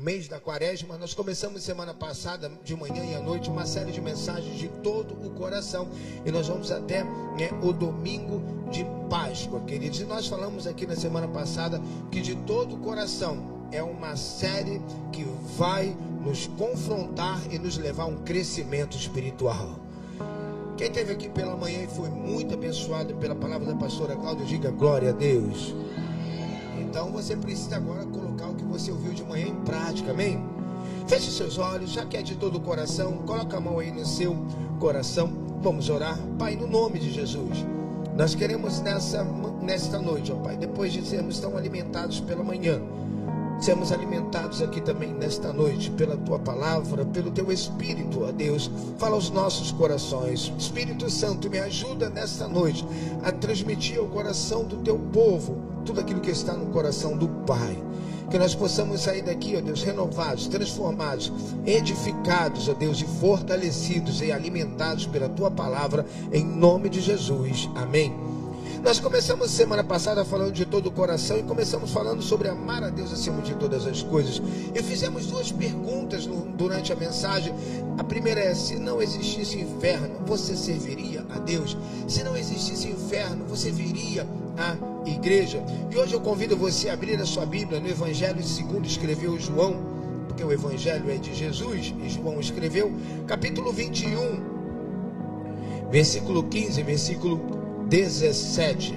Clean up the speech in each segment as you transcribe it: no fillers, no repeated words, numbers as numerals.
mês da quaresma. Nós começamos semana passada, de manhã e à noite, uma série de mensagens de todo o coração, e nós vamos até o domingo de Páscoa, queridos. E nós falamos aqui na semana passada que de todo o coração é uma série que vai nos confrontar e nos levar a um crescimento espiritual. Quem esteve aqui pela manhã e foi muito abençoado pela palavra da pastora Cláudia, diga glória a Deus. Então você precisa agora colocar o que você ouviu de manhã em prática, amém? Feche seus olhos, já que é de todo o coração, coloca a mão aí no seu coração. Vamos orar. Pai, no nome de Jesus, nós queremos nesta noite, ó Pai, depois de sermos tão alimentados pela manhã, sermos alimentados aqui também nesta noite pela Tua palavra, pelo Teu Espírito, ó Deus. Fala aos nossos corações. Espírito Santo, me ajuda nesta noite a transmitir ao coração do Teu povo tudo aquilo que está no coração do Pai. Que nós possamos sair daqui, ó Deus, renovados, transformados, edificados, ó Deus, e fortalecidos e alimentados pela Tua palavra, em nome de Jesus. Amém. Nós começamos semana passada falando de todo o coração e começamos falando sobre amar a Deus acima de todas as coisas. E fizemos duas perguntas durante a mensagem. A primeira é: se não existisse inferno, você serviria a Deus? Se não existisse inferno, você viria à igreja? E hoje eu convido você a abrir a sua Bíblia no Evangelho segundo escreveu João, porque o Evangelho é de Jesus e João escreveu, capítulo 21, versículo 15, versículo 17.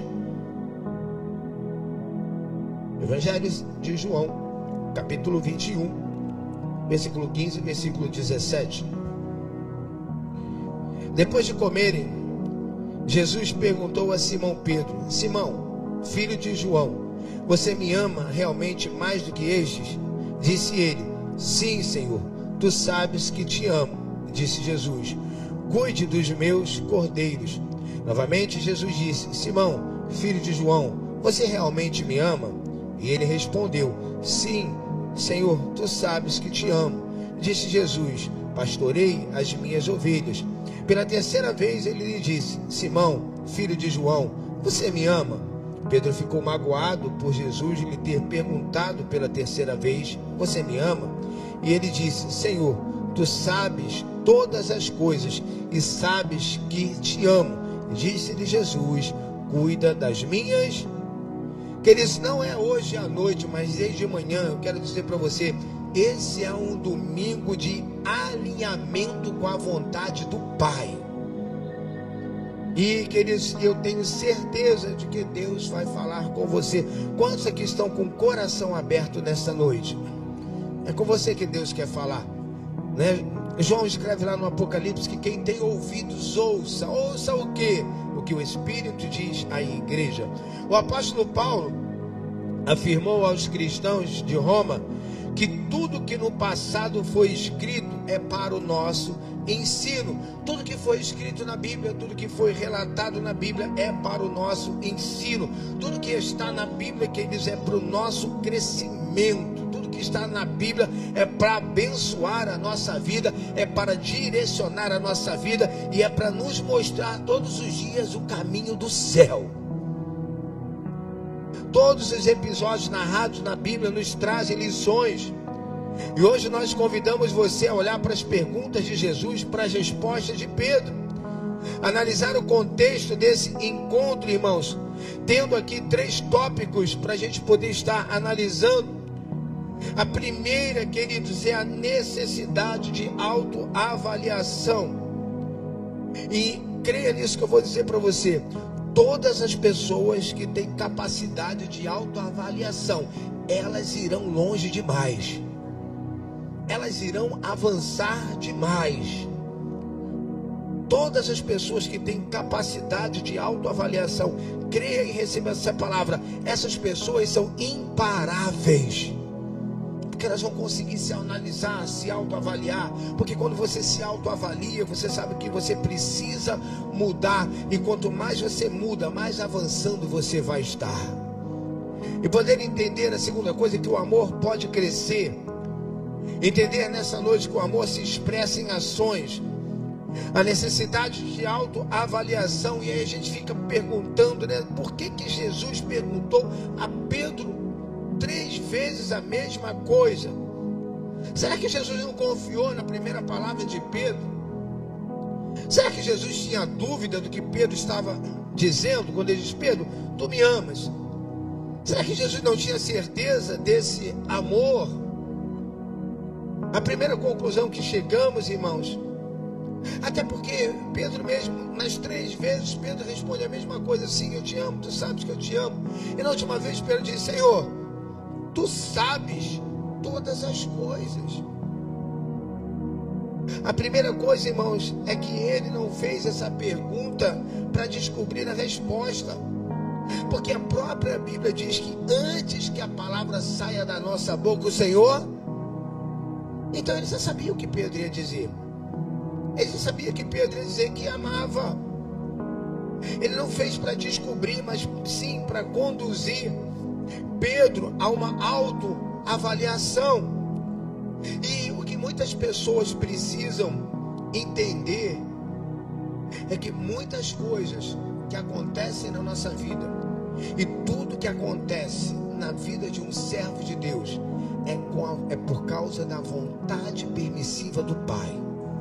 Evangelho de João, capítulo 21, versículo 15, versículo 17. Depois de comerem, Jesus perguntou a Simão Pedro: Simão, filho de João, você me ama realmente mais do que estes? Disse ele: sim, Senhor, tu sabes que te amo. Disse Jesus: cuide dos meus cordeiros. Novamente Jesus disse: Simão, filho de João, você realmente me ama? E ele respondeu: sim, Senhor, tu sabes que te amo. Disse Jesus: pastorei as minhas ovelhas. Pela terceira vez ele lhe disse: Simão, filho de João, você me ama? Pedro ficou magoado por Jesus lhe ter perguntado pela terceira vez: você me ama? E ele disse: Senhor, tu sabes todas as coisas e sabes que te amo. Disse-lhe Jesus: cuida das minhas. Queridos, não é hoje à noite, mas desde manhã eu quero dizer para você: esse é um domingo de alinhamento com a vontade do Pai. E, queridos, eu tenho certeza de que Deus vai falar com você. Quantos aqui estão com o coração aberto nessa noite? É com você que Deus quer falar, né? João escreve lá no Apocalipse que quem tem ouvidos ouça. Ouça o quê? O que o Espírito diz à igreja. O apóstolo Paulo afirmou aos cristãos de Roma que tudo que no passado foi escrito é para o nosso ensino. Tudo que foi escrito na Bíblia, tudo que foi relatado na Bíblia é para o nosso ensino. Tudo que está na Bíblia, queridos, é para o nosso crescimento. Tudo que está na Bíblia é para abençoar a nossa vida, é para direcionar a nossa vida e é para nos mostrar todos os dias o caminho do céu. Todos os episódios narrados na Bíblia nos trazem lições. E hoje nós convidamos você a olhar para as perguntas de Jesus, para as respostas de Pedro. Analisar o contexto desse encontro, irmãos. Tendo aqui 3 tópicos para a gente poder estar analisando. A primeira, queridos, é a necessidade de autoavaliação. E creia nisso que eu vou dizer para você. Todas as pessoas que têm capacidade de autoavaliação, elas irão longe demais. Elas irão avançar demais. Todas as pessoas que têm capacidade de autoavaliação, creia e receba essa palavra, essas pessoas são imparáveis. Porque elas vão conseguir se analisar, se autoavaliar. Porque quando você se autoavalia, você sabe que você precisa mudar. E quanto mais você muda, mais avançando você vai estar. E poder entender a segunda coisa, que o amor pode crescer. Entender nessa noite que o amor se expressa em ações. A necessidade de autoavaliação. E aí a gente fica perguntando, né? Por que Jesus perguntou a Pedro 3 vezes a mesma coisa? Será que Jesus não confiou na primeira palavra de Pedro? Será que Jesus tinha dúvida do que Pedro estava dizendo quando ele diz: Pedro, tu me amas? Será que Jesus não tinha certeza desse amor? A primeira conclusão que chegamos, irmãos, até porque Pedro mesmo, nas 3 vezes, Pedro responde a mesma coisa: sim, eu te amo, tu sabes que eu te amo. E na última vez Pedro disse: Senhor, tu sabes todas as coisas. A primeira coisa, irmãos, é que ele não fez essa pergunta para descobrir a resposta, porque a própria Bíblia diz que antes que a palavra saia da nossa boca, o Senhor... Então ele já sabia o que Pedro ia dizer. Ele já sabia que Pedro ia dizer que amava. Ele não fez para descobrir, mas sim para conduzir Pedro a uma autoavaliação. E o que muitas pessoas precisam entender é que muitas coisas que acontecem na nossa vida, e tudo que acontece na vida de um servo de Deus, é por causa da vontade permissiva do Pai.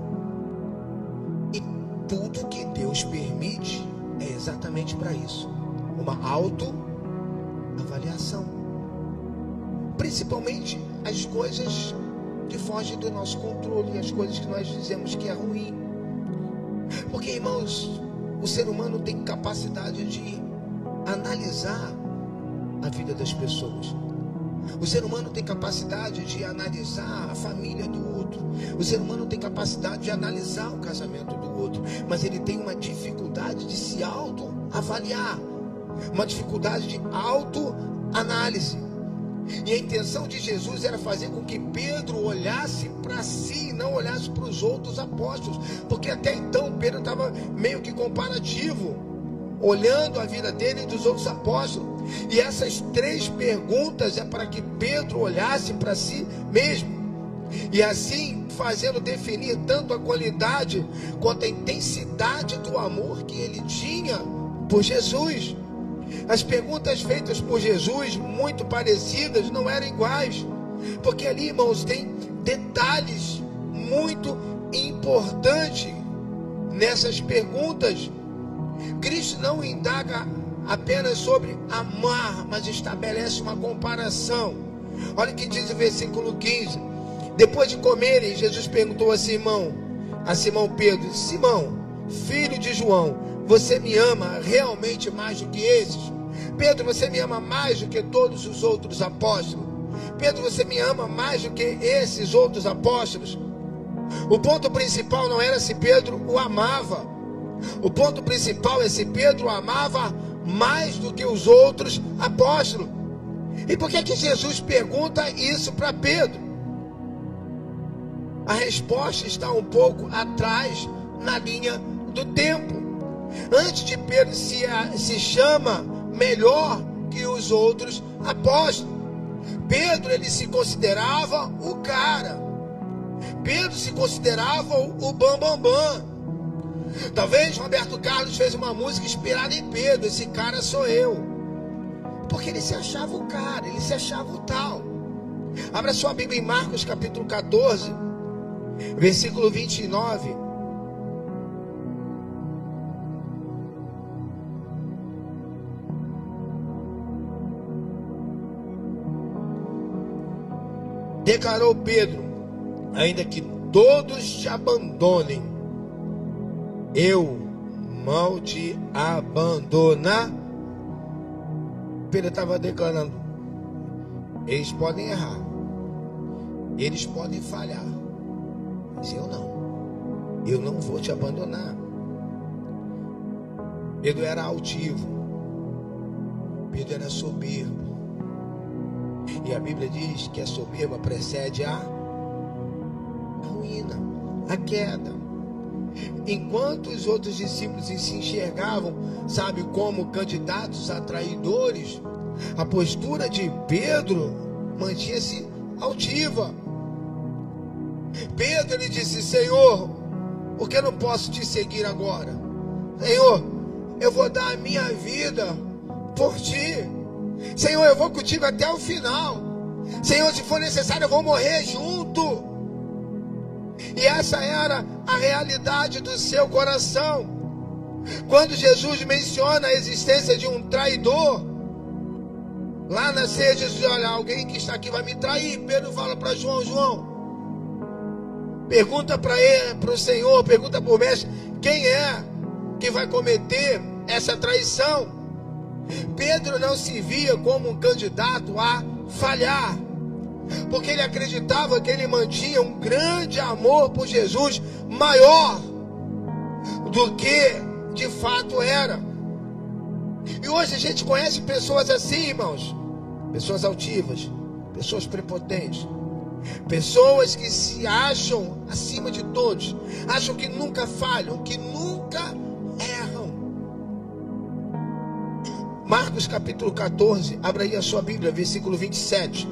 E tudo que Deus permite é exatamente para isso, uma autoavaliação. Principalmente as coisas que fogem do nosso controle, as coisas que nós dizemos que é ruim. Porque, irmãos, o ser humano tem capacidade de analisar a vida das pessoas. O ser humano tem capacidade de analisar a família do outro. O ser humano tem capacidade de analisar o casamento do outro. Mas ele tem uma dificuldade de se autoavaliar, uma dificuldade de autoanálise. E a intenção de Jesus era fazer com que Pedro olhasse para si e não olhasse para os outros apóstolos. Porque até então Pedro estava meio que comparativo, olhando a vida dele e dos outros apóstolos. E essas 3 perguntas é para que Pedro olhasse para si mesmo, e assim fazendo definir tanto a qualidade quanto a intensidade do amor que ele tinha por Jesus. As perguntas feitas por Jesus, muito parecidas, não eram iguais, porque ali, irmãos, tem detalhes muito importantes nessas perguntas. Cristo não indaga apenas sobre amar, mas estabelece uma comparação. Olha o que diz o versículo 15. Depois de comerem, Jesus perguntou a Simão Pedro: Simão, filho de João, você me ama realmente mais do que esses? Pedro, você me ama mais do que todos os outros apóstolos? Pedro, você me ama mais do que esses outros apóstolos? O ponto principal não era se Pedro o amava. O ponto principal é se Pedro o amava mais do que os outros apóstolos. E por que Jesus pergunta isso para Pedro? A resposta está um pouco atrás na linha do tempo. Antes de Pedro se chama melhor que os outros apóstolos. Pedro, ele se considerava o cara. Pedro se considerava o bambambam. Talvez Roberto Carlos fez uma música inspirada em Pedro: esse cara sou eu. Porque ele se achava o cara, ele se achava o tal. Abra sua Bíblia em Marcos capítulo 14, versículo 29. Declarou Pedro: ainda que todos te abandonem, eu não te abandonar. Pedro estava declarando: eles podem errar, eles podem falhar, mas eu não vou te abandonar. Pedro era altivo, Pedro era soberbo, e a Bíblia diz que a soberba precede a ruína, a queda. Enquanto os outros discípulos se enxergavam, sabe, como candidatos a traidores, a postura de Pedro mantinha-se altiva. Pedro, ele disse: Senhor, por que eu não posso te seguir agora? Senhor, eu vou dar a minha vida por ti. Senhor, eu vou contigo até o final. Senhor, se for necessário, eu vou morrer junto. E essa era a realidade do seu coração. Quando Jesus menciona a existência de um traidor, lá na ceia, Jesus diz: olha, alguém que está aqui vai me trair. Pedro fala para João: João, pergunta para ele, para o Senhor, pergunta para o mestre, quem é que vai cometer essa traição? Pedro não se via como um candidato a falhar, porque ele acreditava que ele mantinha um grande amor por Jesus, maior do que de fato era. E hoje a gente conhece pessoas assim, irmãos, pessoas altivas, pessoas prepotentes, pessoas que se acham acima de todos, acham que nunca falham, que nunca erram. Marcos capítulo 14, abra aí a sua Bíblia, versículo 27.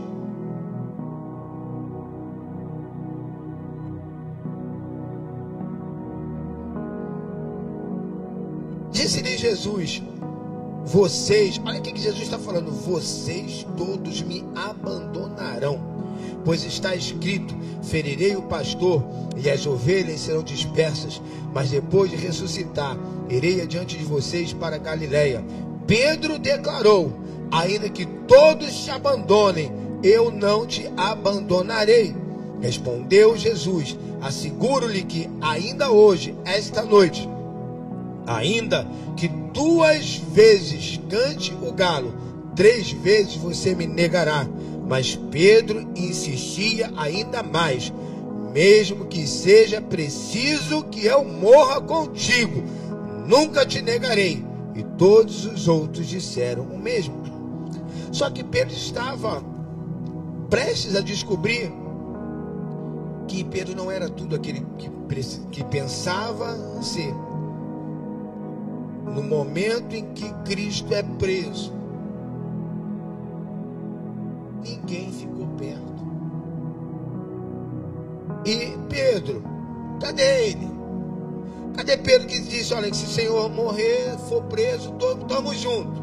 Disse-lhe Jesus: vocês, olha o que Jesus está falando, vocês todos me abandonarão, pois está escrito: ferirei o pastor e as ovelhas serão dispersas, mas depois de ressuscitar, irei adiante de vocês para Galiléia. Pedro declarou: ainda que todos te abandonem, eu não te abandonarei. Respondeu Jesus: asseguro-lhe que ainda hoje, esta noite, ainda que 2 vezes cante o galo, 3 vezes você me negará. Mas Pedro insistia ainda mais: mesmo que seja preciso que eu morra contigo, nunca te negarei. E todos os outros disseram o mesmo. Só que Pedro estava prestes a descobrir que Pedro não era tudo aquele que pensava ser. No momento em que Cristo é preso, ninguém ficou perto. E Pedro, cadê ele? Cadê Pedro que disse: olha, se o Senhor morrer, for preso, estamos juntos?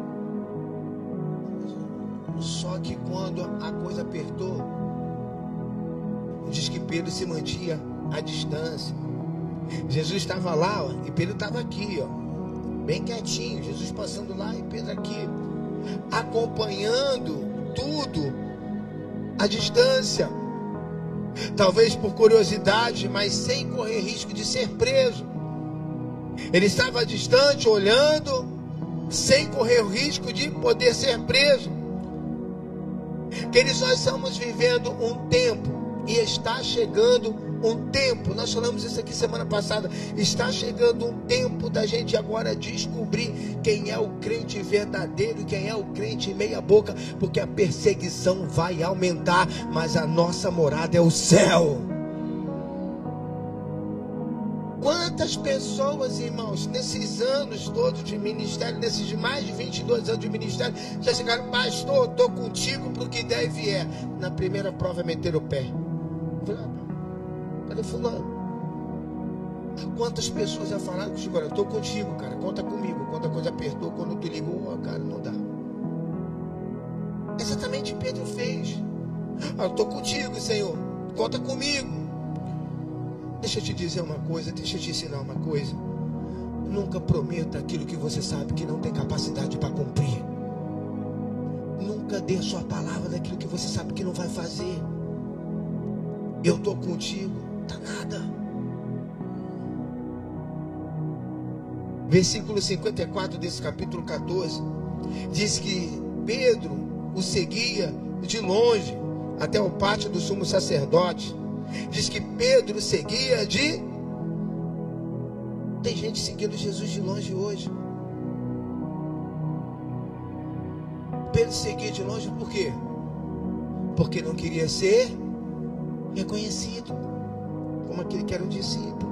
Só que quando a coisa apertou, diz que Pedro se mantinha à distância. Jesus estava lá, ó, e Pedro estava aqui, ó, bem quietinho. Jesus passando lá e Pedro aqui, acompanhando tudo à distância. Talvez por curiosidade, mas sem correr risco de ser preso. Ele estava distante, olhando, sem correr o risco de poder ser preso. Queridos, nós estamos vivendo um tempo, e está chegando um tempo, nós falamos isso aqui semana passada, está chegando um tempo da gente agora descobrir quem é o crente verdadeiro e quem é o crente meia boca, porque a perseguição vai aumentar, mas a nossa morada é o céu. Quantas pessoas, irmãos, nesses anos todos de ministério, nesses mais de 22 anos de ministério, já chegaram: pastor, estou contigo para o que der e vier. Na primeira prova é meter o pé. Cadê fulano? Quantas pessoas já falaram contigo: olha, eu estou contigo, cara, conta comigo. Quando a coisa apertou, quando tu ligou, cara, não dá. Exatamente o que Pedro fez. Eu estou contigo, Senhor, conta comigo. Deixa eu te dizer uma coisa, deixa eu te ensinar uma coisa. Nunca prometa aquilo que você sabe que não tem capacidade para cumprir. Nunca dê sua palavra daquilo que você sabe que não vai fazer. Eu estou contigo, tá nada. Versículo 54 desse capítulo 14 diz que Pedro o seguia de longe até o pátio do sumo sacerdote. Diz que Pedro seguia de... Tem gente seguindo Jesus de longe hoje. Pedro seguia de longe por quê? Porque não queria ser reconhecido como aquele que era um discípulo.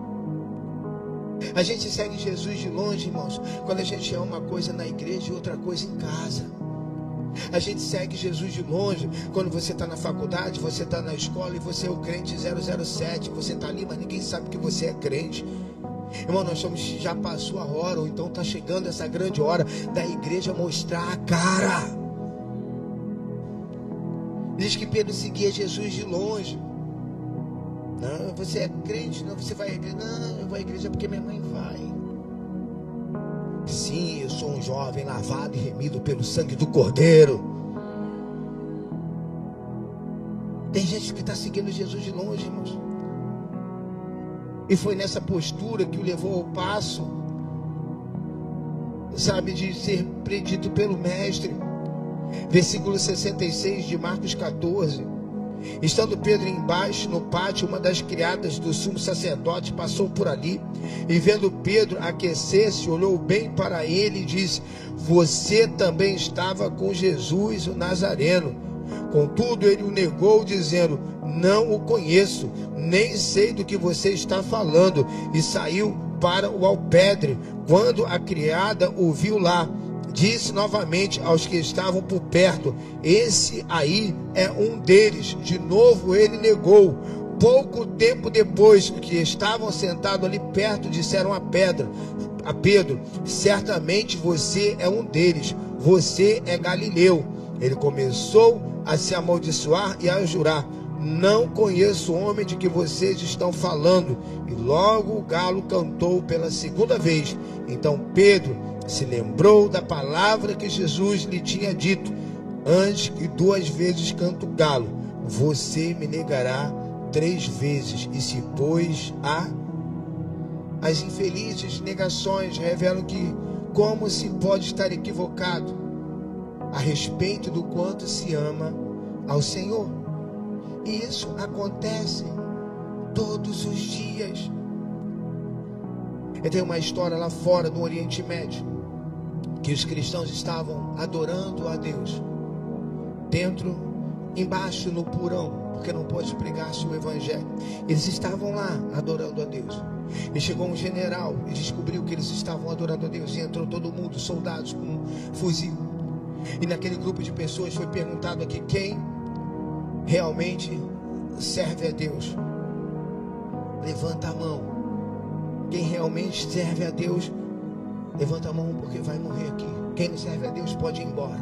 A gente segue Jesus de longe, irmãos, quando a gente é uma coisa na igreja e outra coisa em casa. A gente segue Jesus de longe quando você está na faculdade, você está na escola e você é o crente 007. Você está ali, mas ninguém sabe que você é crente. Irmão, já passou a hora, ou então está chegando essa grande hora da igreja mostrar a cara. Diz que Pedro seguia Jesus de longe. Não, você é crente? Não, você vai à igreja? Não, eu vou à igreja porque minha mãe vai. Sim, eu sou um jovem lavado e remido pelo sangue do Cordeiro. Tem gente que está seguindo Jesus de longe, irmãos. E foi nessa postura que o levou ao passo, sabe, de ser predito pelo Mestre. Versículo 66 de Marcos 14. Estando Pedro embaixo no pátio, uma das criadas do sumo sacerdote passou por ali, e vendo Pedro aquecer-se, olhou bem para ele e disse: você também estava com Jesus o Nazareno. Contudo ele o negou, dizendo: não o conheço, nem sei do que você está falando. E saiu para o alpendre. Quando a criada o viu lá, disse novamente aos que estavam por perto: esse aí é um deles. De novo ele negou. Pouco tempo depois, que estavam sentados ali perto, disseram a Pedro: certamente você é um deles, você é Galileu. Ele começou a se amaldiçoar e a jurar: não conheço o homem de que vocês estão falando. E logo o galo cantou pela segunda vez. Então Pedro se lembrou da palavra que Jesus lhe tinha dito: antes que 2 vezes cante o galo, você me negará 3 vezes. E se pôs as infelizes negações revelam que como se pode estar equivocado a respeito do quanto se ama ao Senhor. E isso acontece todos os dias. Eu tenho uma história lá fora no Oriente Médio, que os cristãos estavam adorando a Deus embaixo no porão, porque não pode pregar-se o evangelho. Eles estavam lá adorando a Deus, e chegou um general e descobriu que eles estavam adorando a Deus, e entrou todo mundo, soldados com um fuzil. E naquele grupo de pessoas foi perguntado aqui: quem realmente serve a Deus? Levanta a mão. Quem realmente serve a Deus, levanta a mão, porque vai morrer aqui. Quem não serve a Deus pode ir embora.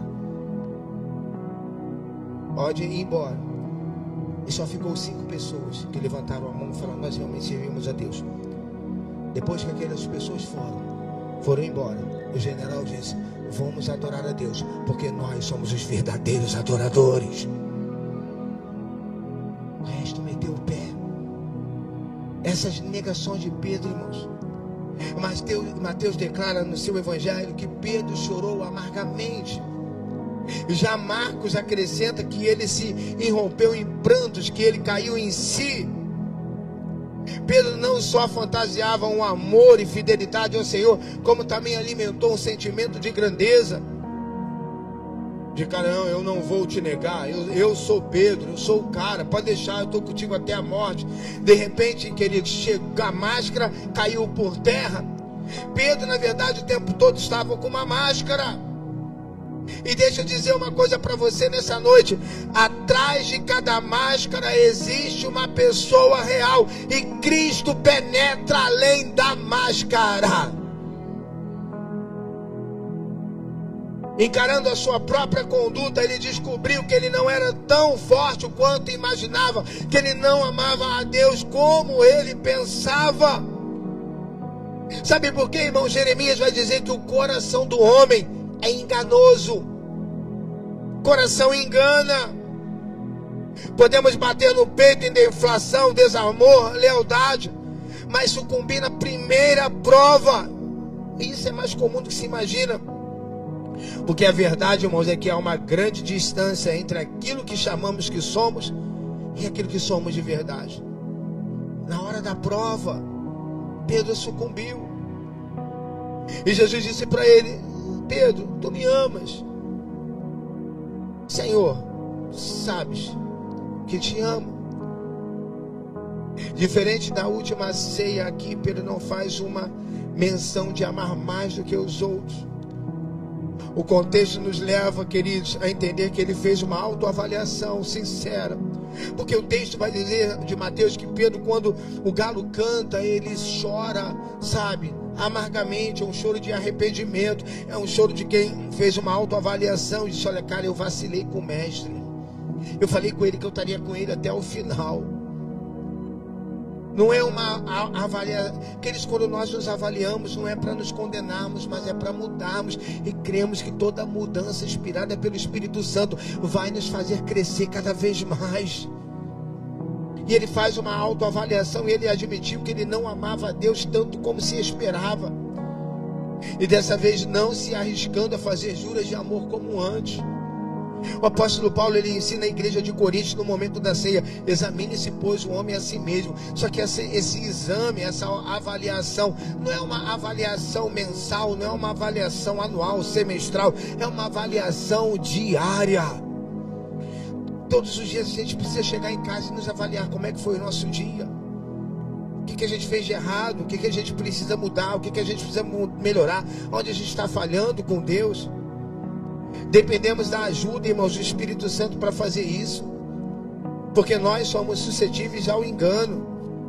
Pode ir embora. E só ficou 5 pessoas que levantaram a mão e falaram: nós realmente servimos a Deus. Depois que aquelas pessoas foram embora, o general disse: vamos adorar a Deus, porque nós somos os verdadeiros adoradores. O resto meteu o pé. Essas negações de Pedro, irmãos. Mateus declara no seu evangelho que Pedro chorou amargamente. Já Marcos acrescenta que ele se irrompeu em prantos, que ele caiu em si. Pedro não só fantasiava um amor e fidelidade ao Senhor, como também alimentou um sentimento de grandeza. De cara, não, eu não vou te negar, eu sou Pedro, eu sou o cara, pode deixar, eu estou contigo até a morte. De repente, querido, chegou a máscara, caiu por terra. Pedro, na verdade, o tempo todo estava com uma máscara. E deixa eu dizer uma coisa para você nessa noite: atrás de cada máscara existe uma pessoa real, e Cristo penetra além da máscara. Encarando a sua própria conduta, ele descobriu que ele não era tão forte quanto imaginava, que ele não amava a Deus como ele pensava. Sabe por quê, irmão? Jeremias vai dizer que o coração do homem é enganoso. Coração engana. Podemos bater no peito em deflação, desamor, lealdade, mas sucumbir na primeira prova. Isso é mais comum do que se imagina. Porque a verdade, irmãos, é que há uma grande distância entre aquilo que chamamos que somos e aquilo que somos de verdade. Na hora da prova, Pedro sucumbiu. E Jesus disse para ele: Pedro, tu me amas? Senhor, sabes que te amo. Diferente da última ceia aqui, Pedro não faz uma menção de amar mais do que os outros. O contexto nos leva, queridos, a entender que ele fez uma autoavaliação sincera. Porque o texto vai dizer de Mateus que Pedro, quando o galo canta, ele chora, sabe, amargamente. É um choro de arrependimento. É um choro de quem fez uma autoavaliação e disse: olha, cara, eu vacilei com o mestre. Eu falei com ele que eu estaria com ele até o final. Não é uma avaliação. Queridos, quando nós nos avaliamos, não é para nos condenarmos, mas é para mudarmos. E cremos que toda mudança inspirada pelo Espírito Santo vai nos fazer crescer cada vez mais. E ele faz uma autoavaliação e ele admitiu que ele não amava a Deus tanto como se esperava. E dessa vez não se arriscando a fazer juras de amor como antes. O apóstolo Paulo, ele ensina a igreja de Corinto no momento da ceia: examine-se, pois, o homem a si mesmo. Só que esse exame, essa avaliação, não é uma avaliação mensal, não é uma avaliação anual, semestral, é uma avaliação diária. Todos os dias a gente precisa chegar em casa e nos avaliar como é que foi o nosso dia. O que a gente fez de errado, o que a gente precisa mudar, o que a gente precisa melhorar, onde a gente está falhando com Deus. Dependemos da ajuda, irmãos, do Espírito Santo para fazer isso, porque nós somos suscetíveis ao engano.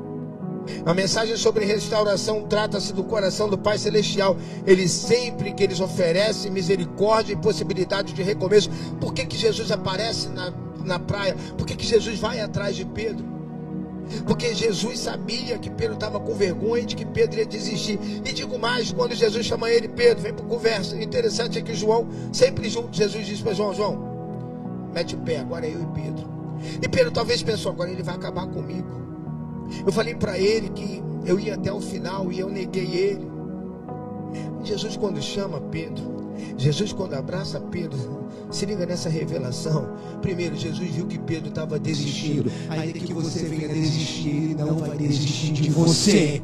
A mensagem sobre restauração trata-se do coração do Pai Celestial. Ele sempre que eles oferecem misericórdia e possibilidade de recomeço. Por que Jesus aparece na praia? Por que Jesus vai atrás de Pedro? Porque Jesus sabia que Pedro estava com vergonha de que Pedro ia desistir. E digo mais, quando Jesus chama ele: Pedro, vem para conversa. O interessante é que João, sempre junto, Jesus disse para João, mete o pé, agora é eu e Pedro. E Pedro talvez pensou: agora ele vai acabar comigo. Eu falei para ele que eu ia até o final e eu neguei ele. Jesus, quando chama Pedro, Jesus, quando abraça Pedro, se liga nessa revelação. Primeiro, Jesus viu que Pedro estava desistindo. Ainda que você venha desistir, ele não vai desistir de você.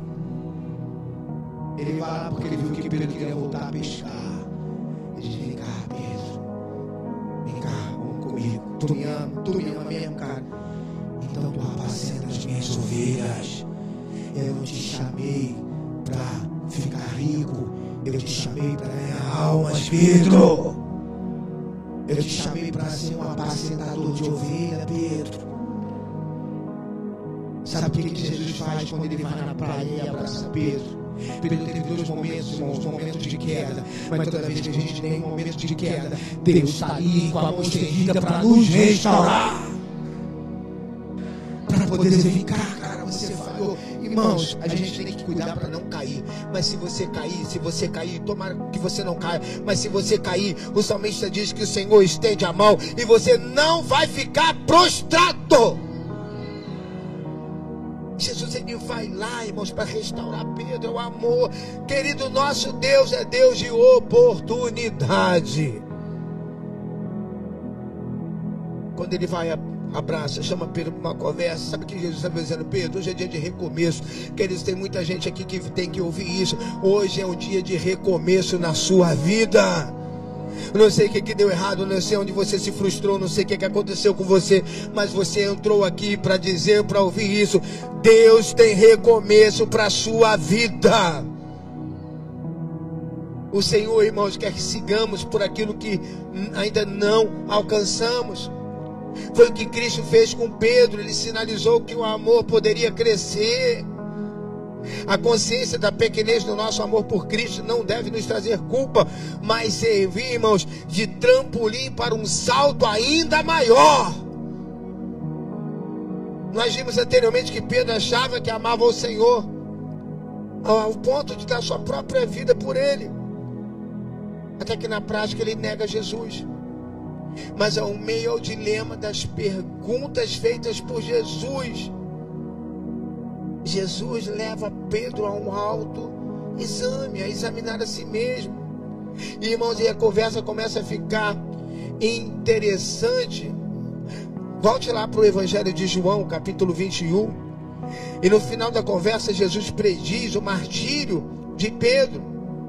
Ele vai lá porque ele viu que Pedro queria voltar a pescar. Ele diz: vem cá, Pedro, vem cá, vamos comigo. Tu me ama mesmo, cara? Então tu apacenta as minhas ovelhas. Eu não te chamei para ficar rico, eu te chamei para ganhar almas, Pedro. Eu te chamei para ser um apacentador de ovelha, Pedro. Sabe o que Jesus faz quando ele vai na praia e abraça Pedro? Pedro teve dois momentos, irmãos, um momento de queda. Mas toda vez que a gente tem um momento de queda, Deus está ali com a mão estendida para nos restaurar, para poder dizer: vem cá, cara, você falhou. Irmãos, a gente tem que cuidar para não cair. Mas se você cair, tomara que você não caia. Mas se você cair, o salmista diz que o Senhor estende a mão e você não vai ficar prostrado. Jesus, ele vai lá, irmãos, para restaurar Pedro. É o amor. Querido, nosso Deus é Deus de oportunidade. Quando ele vai abraça, chama Pedro para uma conversa. Sabe o que Jesus está dizendo? Pedro, hoje é dia de recomeço. Queridos, tem muita gente aqui que tem que ouvir isso. Hoje é um dia de recomeço na sua vida. Não sei o que deu errado, não sei onde você se frustrou, não sei o que aconteceu com você, mas você entrou aqui para dizer, para ouvir isso. Deus tem recomeço para a sua vida. O Senhor, irmãos, quer que sigamos por aquilo que ainda não alcançamos. Foi o que Cristo fez com Pedro. Ele sinalizou que o amor poderia crescer. A consciência da pequenez do nosso amor por Cristo não deve nos trazer culpa, mas servir, irmãos, de trampolim para um salto ainda maior. Nós vimos anteriormente que Pedro achava que amava o Senhor ao ponto de dar sua própria vida por Ele, até que na prática ele nega Jesus. Mas ao meio ao dilema das perguntas feitas por Jesus, Jesus leva Pedro a um autoexame, a examinar a si mesmo. E, irmãos, e a conversa começa a ficar interessante. Volte lá para o Evangelho de João, capítulo 21. E no final da conversa, Jesus prediz o martírio de Pedro.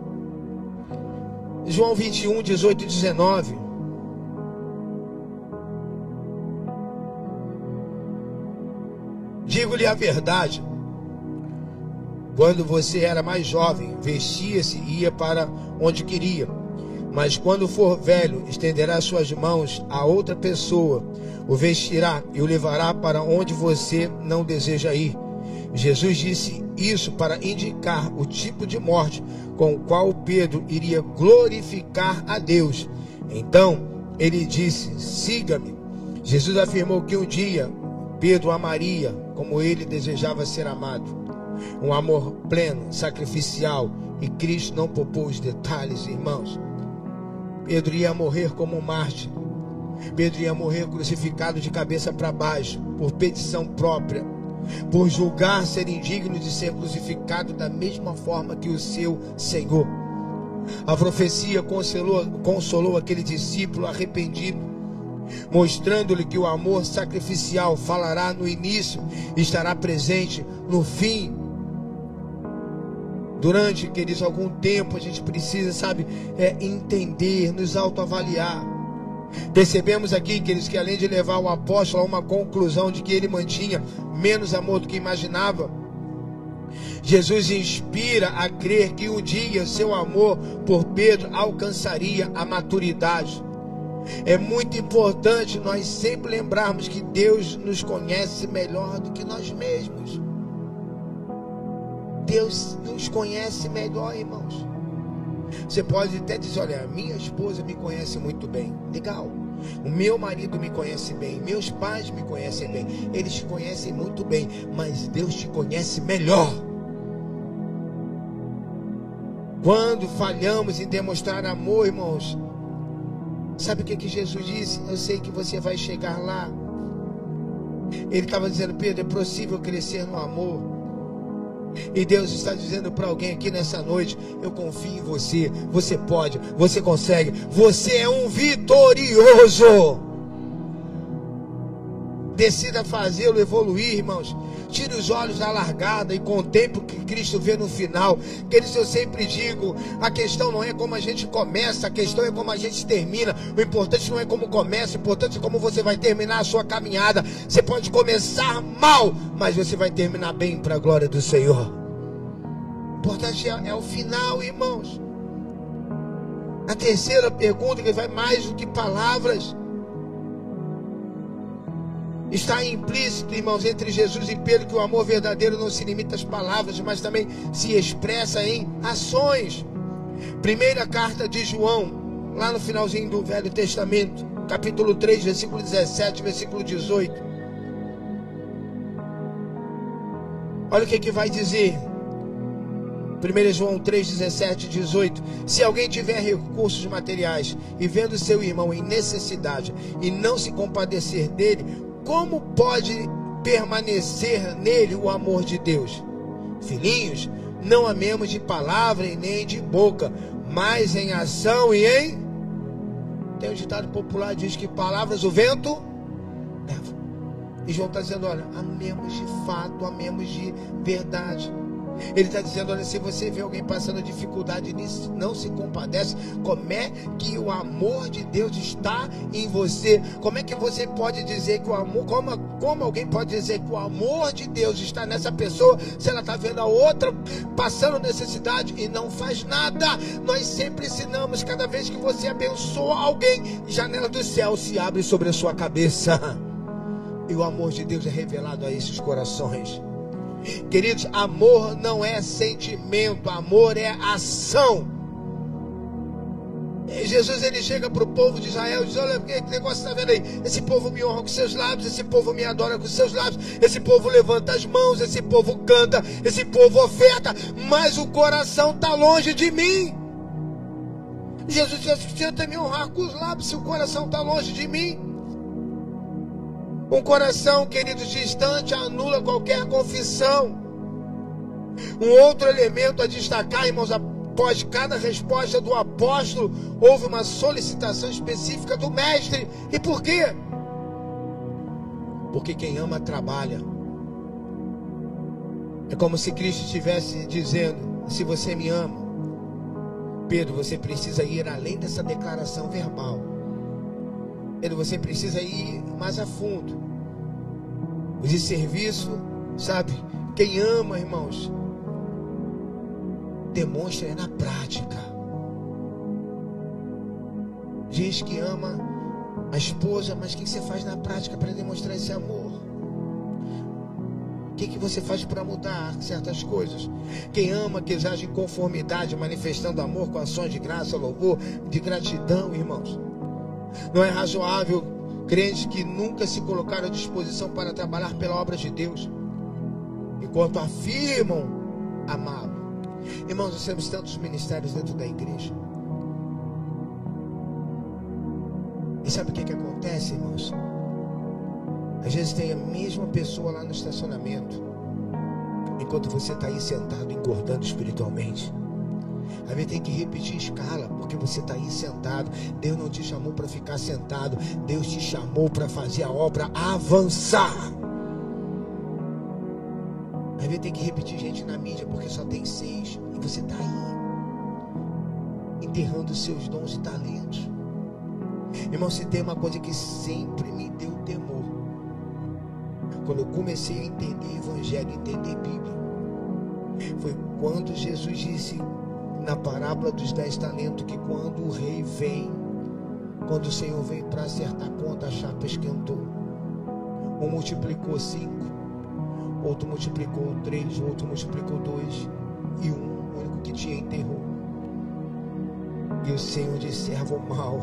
João 21, 18 e 19. Digo-lhe a verdade: quando você era mais jovem, vestia-se e ia para onde queria. Mas quando for velho, estenderá suas mãos a outra pessoa, o vestirá e o levará para onde você não deseja ir. Jesus disse isso para indicar o tipo de morte com o qual Pedro iria glorificar a Deus. Então ele disse: siga-me. Jesus afirmou que um dia Pedro amaria como ele desejava ser amado. Um amor pleno, sacrificial, e Cristo não poupou os detalhes, irmãos. Pedro ia morrer como um mártir. Pedro ia morrer crucificado de cabeça para baixo, por petição própria, por julgar ser indigno de ser crucificado da mesma forma que o seu Senhor. A profecia consolou aquele discípulo arrependido, mostrando-lhe que o amor sacrificial falará no início e estará presente no fim. Durante, queridos, algum tempo a gente precisa, entender, nos autoavaliar. Percebemos aqui, queridos, que além de levar o apóstolo a uma conclusão de que ele mantinha menos amor do que imaginava, Jesus inspira a crer que um dia seu amor por Pedro alcançaria a maturidade. É muito importante nós sempre lembrarmos que Deus nos conhece melhor do que nós mesmos. Deus nos conhece melhor, irmãos. Você pode até dizer, olha, minha esposa me conhece muito bem. Legal. O meu marido me conhece bem. Meus pais me conhecem bem. Eles te conhecem muito bem. Mas Deus te conhece melhor. Quando falhamos em demonstrar amor, irmãos, sabe o que Jesus disse? Eu sei que você vai chegar lá. Ele estava dizendo, Pedro, é possível crescer no amor. E Deus está dizendo para alguém aqui nessa noite, eu confio em você, você pode, você consegue, você é um vitorioso. Decida fazê-lo evoluir, irmãos. Tire os olhos da largada e contemple o que Cristo vê no final. Queridos, eu sempre digo, a questão não é como a gente começa, a questão é como a gente termina. O importante não é como começa, o importante é como você vai terminar a sua caminhada. Você pode começar mal, mas você vai terminar bem para a glória do Senhor. O importante é o final, irmãos. A terceira pergunta, que vai mais do que palavras, está implícito, irmãos, entre Jesus e Pedro, que o amor verdadeiro não se limita às palavras, mas também se expressa em ações. Primeira carta de João, lá no finalzinho do Velho Testamento, capítulo 3, versículo 17, versículo 18. Olha o que vai dizer. 1 João 3, 17 e 18. Se alguém tiver recursos materiais e vendo seu irmão em necessidade e não se compadecer dele, como pode permanecer nele o amor de Deus? Filhinhos, não amemos de palavra e nem de boca, mas em ação e em... Tem um ditado popular que diz que palavras o vento leva. E João está dizendo, olha, amemos de fato, amemos de verdade. Ele está dizendo, olha, se você vê alguém passando dificuldade e não se compadece, como é que o amor de Deus está em você? Como é que você pode dizer que o amor, como alguém pode dizer que o amor de Deus está nessa pessoa, se ela está vendo a outra passando necessidade e não faz nada? Nós sempre ensinamos, cada vez que você abençoa alguém, janela do céu se abre sobre a sua cabeça. E o amor de Deus é revelado a esses corações. Queridos, amor não é sentimento, amor é ação. E Jesus, ele chega para o povo de Israel e diz, olha, que negócio está vendo aí? Esse povo me honra com seus lábios, esse povo me adora com seus lábios, esse povo levanta as mãos, esse povo canta, esse povo oferta, mas o coração está longe de mim. Jesus diz, tenta me honrar com os lábios se o coração está longe de mim. Um coração, queridos, distante anula qualquer confissão. Um outro elemento a destacar, irmãos, após cada resposta do apóstolo, houve uma solicitação específica do mestre. E por quê? Porque quem ama trabalha. É como se Cristo estivesse dizendo, se você me ama, Pedro, você precisa ir além dessa declaração verbal. Pedro, você precisa ir mais a fundo. De serviço, sabe? Quem ama, irmãos, demonstra na prática. Diz que ama a esposa, mas o que você faz na prática para demonstrar esse amor? O que você faz para mudar certas coisas? Quem ama, que age em conformidade, manifestando amor com ações de graça, louvor, de gratidão, irmãos. Não é razoável Crentes que nunca se colocaram à disposição para trabalhar pela obra de Deus, enquanto afirmam amá-lo. Irmãos, nós temos tantos ministérios dentro da igreja. E sabe o que acontece, irmãos? Às vezes tem a mesma pessoa lá no estacionamento, enquanto você está aí sentado engordando espiritualmente. Às vezes tem que repetir escala, porque você está aí sentado. Deus não te chamou para ficar sentado, Deus te chamou para fazer a obra avançar. Às vezes tem que repetir gente na mídia, porque só tem 6, e você está aí enterrando seus dons e talentos. Irmão, se tem uma coisa que sempre me deu temor, quando eu comecei a entender Evangelho, entender Bíblia, foi quando Jesus disse na parábola dos 10 talentos que quando o rei vem, quando o Senhor veio para acertar a conta, a chapa esquentou. Um multiplicou 5, outro multiplicou 3, outro multiplicou 2, e o único que tinha enterrou. E o Senhor disse: servo mau,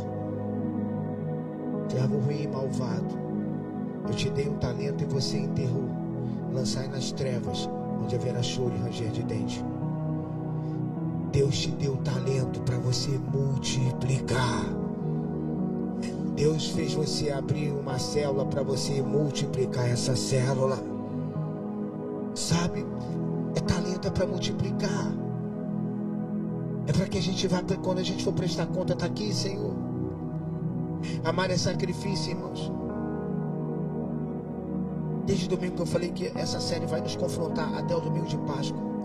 servo ruim e malvado, eu te dei um talento e você enterrou. Lançai nas trevas, onde haverá choro e ranger de dente. Deus te deu talento para você multiplicar. Deus fez você abrir uma célula para você multiplicar essa célula. Sabe? É talento, é para multiplicar. É para que a gente vá, quando a gente for prestar conta, está aqui, Senhor. Amar é sacrifício, irmãos. Desde o domingo que eu falei que essa série vai nos confrontar até o domingo de Páscoa.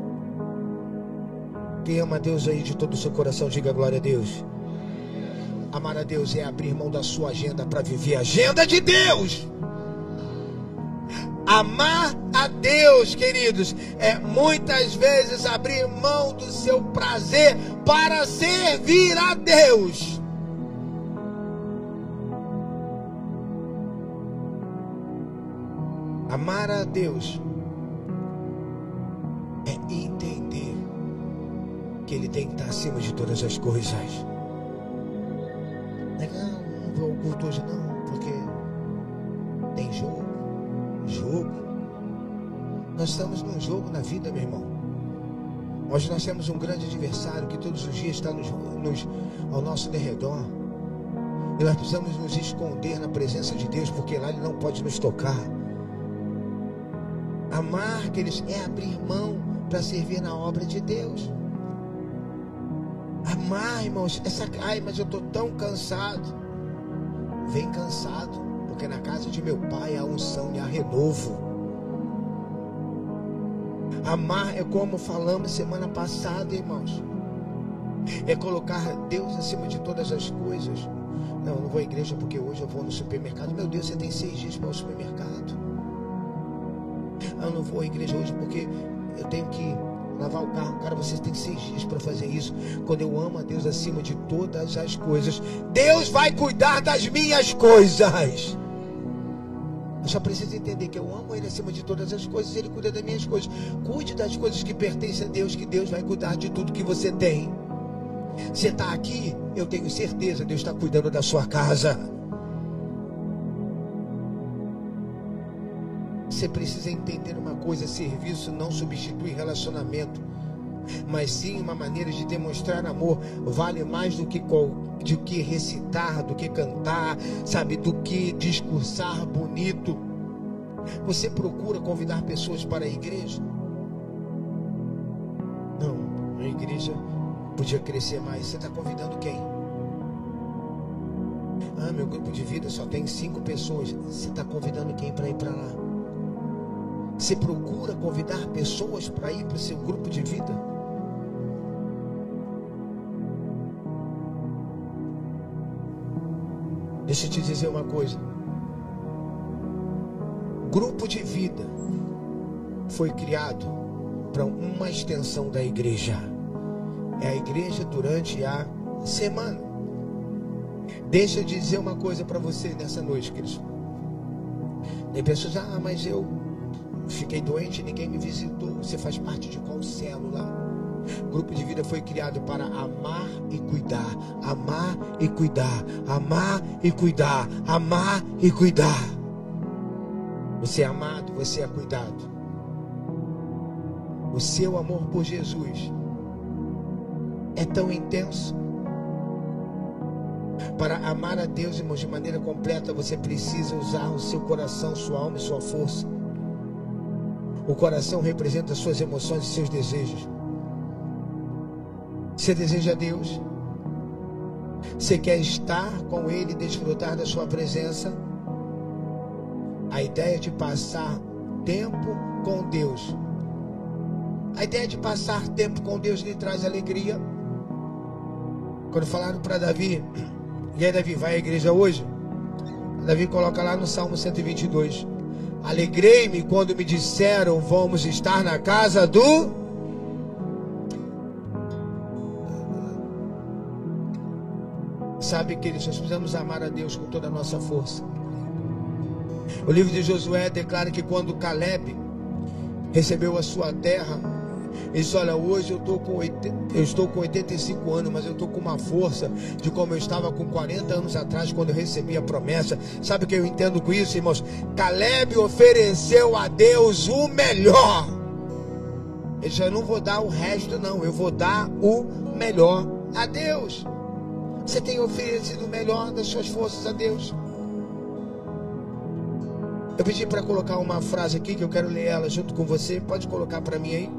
Quem ama a Deus aí de todo o seu coração, diga glória a Deus. Amar a Deus é abrir mão da sua agenda para viver a agenda de Deus. Amar a Deus, queridos, é muitas vezes abrir mão do seu prazer para servir a Deus. Amar a Deus é entender que Ele tem que estar acima de todas as coisas. Não vou ao culto hoje não, porque tem jogo. Nós estamos num jogo na vida, meu irmão. Hoje nós temos um grande adversário que todos os dias está ao nosso derredor. E nós precisamos nos esconder na presença de Deus, porque lá Ele não pode nos tocar. Amar, queridos, é abrir mão para servir na obra de Deus. Amar, irmãos, ai, mas eu estou tão cansado. Vem cansado, porque na casa de meu Pai há unção e há renovo. Amar é como falamos semana passada, irmãos. É colocar Deus acima de todas as coisas. Não, eu não vou à igreja porque hoje eu vou no supermercado. Meu Deus, você tem 6 dias para ir ao supermercado. Eu não vou à igreja hoje porque eu tenho que lavar o carro. Cara, você tem 6 dias para fazer isso. Quando eu amo a Deus acima de todas as coisas, Deus vai cuidar das minhas coisas. Eu só preciso entender que eu amo Ele acima de todas as coisas. Ele cuida das minhas coisas. Cuide das coisas que pertencem a Deus, que Deus vai cuidar de tudo que você tem. Você está aqui, eu tenho certeza, Deus está cuidando da sua casa. Você precisa entender uma coisa: serviço não substitui relacionamento, mas sim uma maneira de demonstrar amor. Vale mais do que recitar, do que cantar, sabe, do que discursar bonito. Você procura convidar pessoas para a igreja? Não, a igreja podia crescer mais. Você está convidando quem? Ah, meu grupo de vida só tem 5 pessoas. Você está convidando quem para ir para lá? Você procura convidar pessoas para ir para o seu grupo de vida? Deixa eu te dizer uma coisa. Grupo de vida foi criado para uma extensão da igreja. É a igreja durante a semana. Deixa eu dizer uma coisa para você nessa noite, queridos. Tem pessoas: ah, mas eu fiquei doente e ninguém me visitou. Você faz parte de qual célula? O grupo de vida foi criado para amar e cuidar, amar e cuidar, amar e cuidar, amar e cuidar. Você é amado, você é cuidado. O seu amor por Jesus é tão intenso. Para amar a Deus, irmãos, de maneira completa, você precisa usar o seu coração, sua alma e sua força. O coração representa suas emoções e seus desejos. Você deseja Deus? Você quer estar com Ele e desfrutar da sua presença? A ideia de passar tempo com Deus, a ideia de passar tempo com Deus lhe traz alegria. Quando falaram para Davi, e aí Davi, vai à igreja hoje? Davi coloca lá no Salmo 122: alegrei-me quando me disseram, vamos estar na casa do... Sabe, queridos, nós precisamos amar a Deus com toda a nossa força. O livro de Josué declara que quando Caleb recebeu a sua terra, ele disse: olha, hoje eu estou com 85 anos, mas eu estou com uma força de como eu estava com 40 anos atrás, quando eu recebi a promessa. Sabe o que eu entendo com isso, irmãos? Caleb ofereceu a Deus o melhor. Ele disse: eu não vou dar o resto não, eu vou dar o melhor a Deus. Você tem oferecido o melhor das suas forças a Deus? Eu pedi para colocar uma frase aqui, que eu quero ler ela junto com você. Pode colocar para mim aí?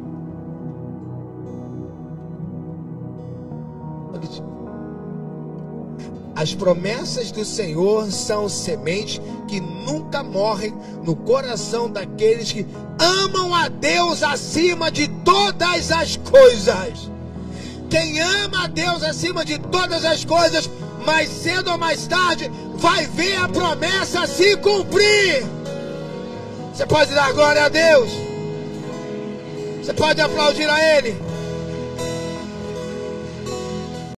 As promessas do Senhor são sementes que nunca morrem no coração daqueles que amam a Deus acima de todas as coisas. Quem ama a Deus acima de todas as coisas, mais cedo ou mais tarde, vai ver a promessa se cumprir. Você pode dar glória a Deus? Você pode aplaudir a Ele?